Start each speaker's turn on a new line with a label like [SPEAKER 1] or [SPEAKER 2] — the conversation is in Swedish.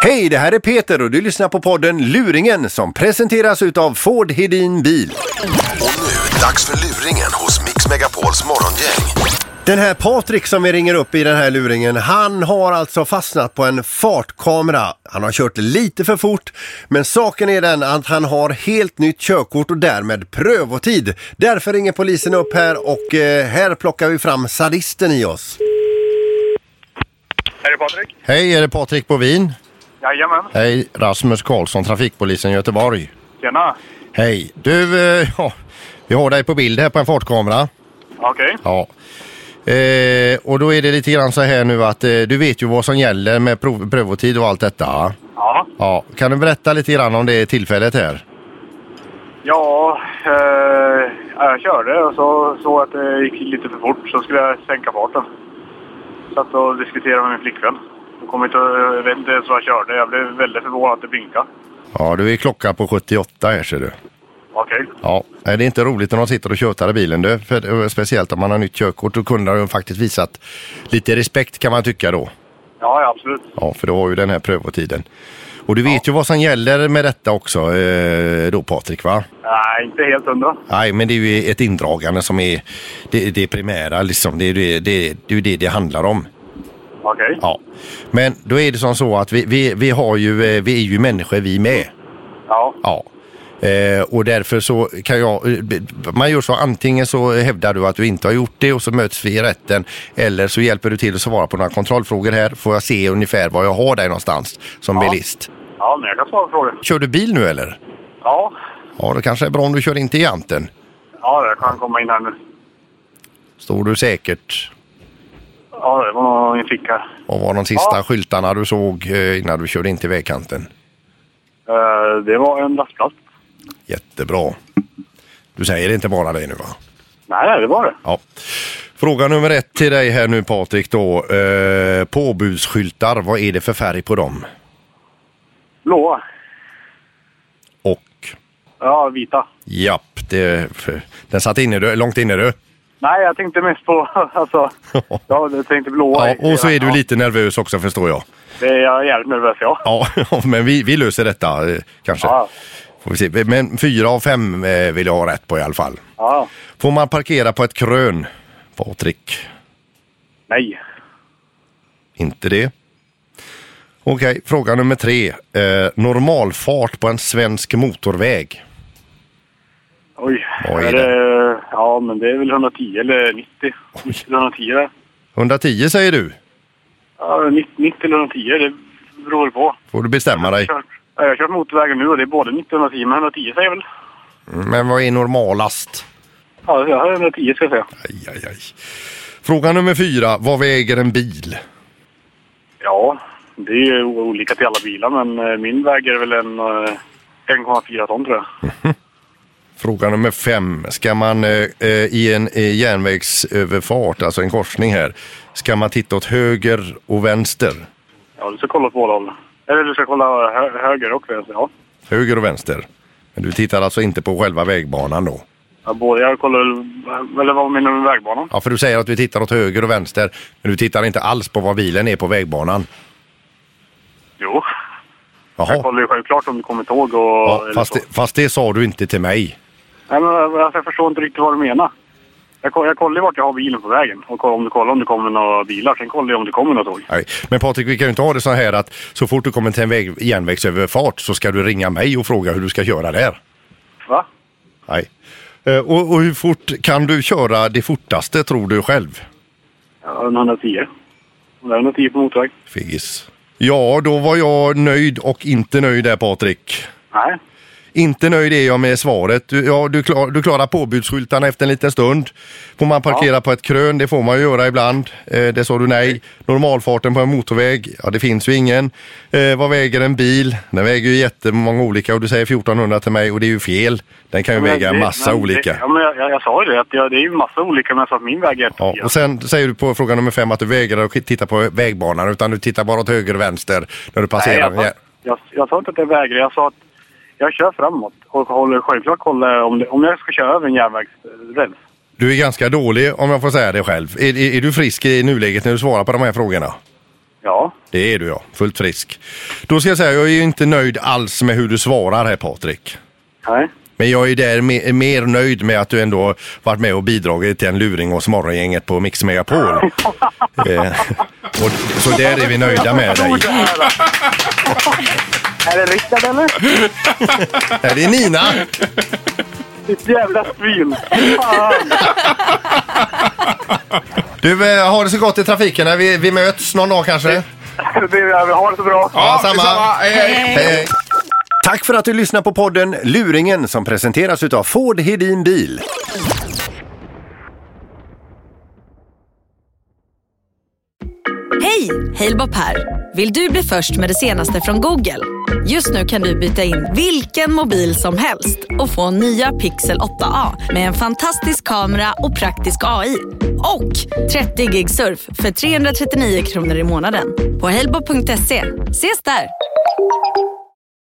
[SPEAKER 1] Hej, det här är Peter och du lyssnar på podden Luringen som presenteras utav Ford Hedin Bil.
[SPEAKER 2] Och nu, dags för Luringen hos Mix Megapols morgongäng.
[SPEAKER 1] Den här Patrik som vi ringer upp i den här luringen, han har alltså fastnat på en fartkamera. Han har kört lite för fort, men saken är den att han har helt nytt körkort och därmed prövotid. Därför ringer polisen upp här och här plockar vi fram sadisten i oss.
[SPEAKER 3] Är det Patrik?
[SPEAKER 1] Hej, är det Patrik Bovin?
[SPEAKER 3] Jajamän.
[SPEAKER 1] Hej, Rasmus Karlsson, trafikpolisen i Göteborg.
[SPEAKER 3] Tjena.
[SPEAKER 1] Hej, du, vi har dig på bild här på en fartkamera.
[SPEAKER 3] Okej.
[SPEAKER 1] Ja. Och då är det lite grann så här nu att du vet ju vad som gäller med prövotid och allt detta.
[SPEAKER 3] Ja.
[SPEAKER 1] Ja. Kan du berätta lite grann om det tillfället här?
[SPEAKER 3] Ja, jag körde och så att det gick lite för fort så skulle jag sänka farten. Satt och diskuterade med min flickvän. Jag vet inte ens vad jag körde. Jag blev väldigt förvånad att det blinkade.
[SPEAKER 1] Ja, du är klockan på 78 här ser du.
[SPEAKER 3] Okej.
[SPEAKER 1] Ja, är det inte roligt när de sitter och tjötar i bilen du? För, speciellt om man har nytt körkort och kunde ha faktiskt visat lite respekt kan man tycka då.
[SPEAKER 3] Ja, absolut.
[SPEAKER 1] Ja, för då har ju den här prövotiden. Och du vet ju vad som gäller med detta också då Patrik, va?
[SPEAKER 3] Nej, inte helt hundra.
[SPEAKER 1] Nej, men det är ju ett indragande som är det primära liksom. Det är ju det handlar om.
[SPEAKER 3] Okej.
[SPEAKER 1] Ja, men då är det som så att vi är ju människor vi med.
[SPEAKER 3] Ja.
[SPEAKER 1] Ja. Och därför så kan man gör så, antingen så hävdar du att du inte har gjort det och så möts vi i rätten, eller så hjälper du till att svara på några kontrollfrågor här, får jag se ungefär var jag har dig någonstans som bilist.
[SPEAKER 3] Ja, men jag kan svara på frågor.
[SPEAKER 1] Kör du bil nu eller?
[SPEAKER 3] Ja.
[SPEAKER 1] Ja, det kanske är bra om du kör in till Janten.
[SPEAKER 3] Ja, jag kan komma in här nu.
[SPEAKER 1] Står du säkert?
[SPEAKER 3] Ja, det var nog en ficka.
[SPEAKER 1] Och var de sista skyltarna du såg innan du körde in till vägkanten?
[SPEAKER 3] Det var en lastplats.
[SPEAKER 1] Jättebra. Du säger inte bara det nu, va?
[SPEAKER 3] Nej, det var det.
[SPEAKER 1] Ja. Fråga nummer 1 till dig här nu Patrik då. Påbudsskyltar, vad är det för färg på dem?
[SPEAKER 3] Blåa.
[SPEAKER 1] Och?
[SPEAKER 3] Ja, vita.
[SPEAKER 1] Japp, den satt inne, långt inne du.
[SPEAKER 3] Nej, jag tänkte mest på, jag tänkte blåa.
[SPEAKER 1] Ja, och så är du lite nervös också förstår jag.
[SPEAKER 3] Det är jag jävligt nervös, ja.
[SPEAKER 1] Ja, men vi löser detta kanske.
[SPEAKER 3] Ja.
[SPEAKER 1] Får vi se. Men 4 av 5 vill jag ha rätt på i alla fall.
[SPEAKER 3] Ja.
[SPEAKER 1] Får man parkera på ett krön, Patrik?
[SPEAKER 3] Nej.
[SPEAKER 1] Inte det. Okej, fråga nummer 3. Normalfart på en svensk motorväg.
[SPEAKER 3] Oj.
[SPEAKER 1] Vad är det?
[SPEAKER 3] Ja, men det är väl 110 eller 90. 110 där.
[SPEAKER 1] 110 säger du?
[SPEAKER 3] Ja, 90 eller 110, det beror på.
[SPEAKER 1] Får du bestämma dig.
[SPEAKER 3] Jag har kört motorvägen nu och det är både 90 och 110, men 110 säger jag väl.
[SPEAKER 1] Men vad är normalast?
[SPEAKER 3] Ja, jag har 110 ska jag säga.
[SPEAKER 1] Aj. Fråga nummer 4. Vad väger en bil?
[SPEAKER 3] Ja, det är ju olika till alla bilar, men min väger väl en 1,4 ton tror jag.
[SPEAKER 1] Fråga nummer 5. Ska man i en järnvägsöverfart, alltså en korsning här, ska man titta åt höger och vänster?
[SPEAKER 3] Ja, du ska kolla på båda håll. Eller du ska kolla höger och vänster, ja.
[SPEAKER 1] Höger och vänster. Men du tittar alltså inte på själva vägbanan då?
[SPEAKER 3] Ja, både jag kollar, eller vad menar du med vägbanan?
[SPEAKER 1] Ja, för du säger att du tittar åt höger och vänster, men du tittar inte alls på vad bilen är på vägbanan.
[SPEAKER 3] Jo.
[SPEAKER 1] Jaha.
[SPEAKER 3] Jag kollar ju självklart om du kommer ihåg och...
[SPEAKER 1] Ja, fast det sa du inte till mig.
[SPEAKER 3] Nej, men jag förstår inte riktigt vad du menar. Jag kollar ju vart jag har bilen på vägen. Och om det kommer några bilar. Sen kollar jag om det kommer något tåg.
[SPEAKER 1] Nej. Men Patrik, vi kan ju inte ha det så här att så fort du kommer till en järnvägsöverfart så ska du ringa mig och fråga hur du ska göra där.
[SPEAKER 3] Va?
[SPEAKER 1] Nej. Och hur fort kan du köra det fortaste tror du själv?
[SPEAKER 3] Ja, 110. Det är 110 på motorväg.
[SPEAKER 1] Figgis. Ja, då var jag nöjd och inte nöjd där Patrik.
[SPEAKER 3] Nej.
[SPEAKER 1] Inte nöjd är jag med svaret. Du klarar påbudsskyltarna efter en liten stund. Får man parkera på ett krön? Det får man ju göra ibland. Det sa du nej. Normalfarten på en motorväg? Ja, det finns ju ingen. Vad väger en bil? Den väger ju jättemånga olika och du säger 1400 till mig och det är ju fel. Den kan ju väga en massa olika.
[SPEAKER 3] Ja, men jag sa ju det. Att det är ju massa olika men så att min väg är...
[SPEAKER 1] Ja, och sen säger du på fråga nummer 5 att du vägrar att titta på vägbanan utan du tittar bara åt höger och vänster när du passerar.
[SPEAKER 3] Nej, jag sa inte att jag vägrar. Jag sa att jag kör framåt och självklart kolla om jag ska köra över en järnvägsräls.
[SPEAKER 1] Du är ganska dålig om jag får säga det själv. Är du frisk i nuläget när du svarar på de här frågorna?
[SPEAKER 3] Ja.
[SPEAKER 1] Det är du, ja. Fullt frisk. Då ska jag säga, jag är ju inte nöjd alls med hur du svarar här, Patrik.
[SPEAKER 3] Nej.
[SPEAKER 1] Men jag är där mer nöjd med att du ändå varit med och bidragit till en luring hos morgongänget på Mix Megapol. Och så där är vi nöjda med dig.
[SPEAKER 3] Är det Rickard eller?
[SPEAKER 1] Nej, det är Nina.
[SPEAKER 3] Ditt jävla svin.
[SPEAKER 1] Du, har det så gott i trafiken. Vi möts någon dag kanske.
[SPEAKER 3] Vi har det så bra.
[SPEAKER 1] Ja, samma.
[SPEAKER 4] Hej.
[SPEAKER 1] Tack för att du lyssnar på podden Luringen som presenteras utav Ford Hedin Bil.
[SPEAKER 5] Hej, Halebop här. Vill du bli först med det senaste från Google? Just nu kan du byta in vilken mobil som helst och få nya Pixel 8a med en fantastisk kamera och praktisk AI. Och 30 gig surf för 339 kronor i månaden på halebop.se. Ses där!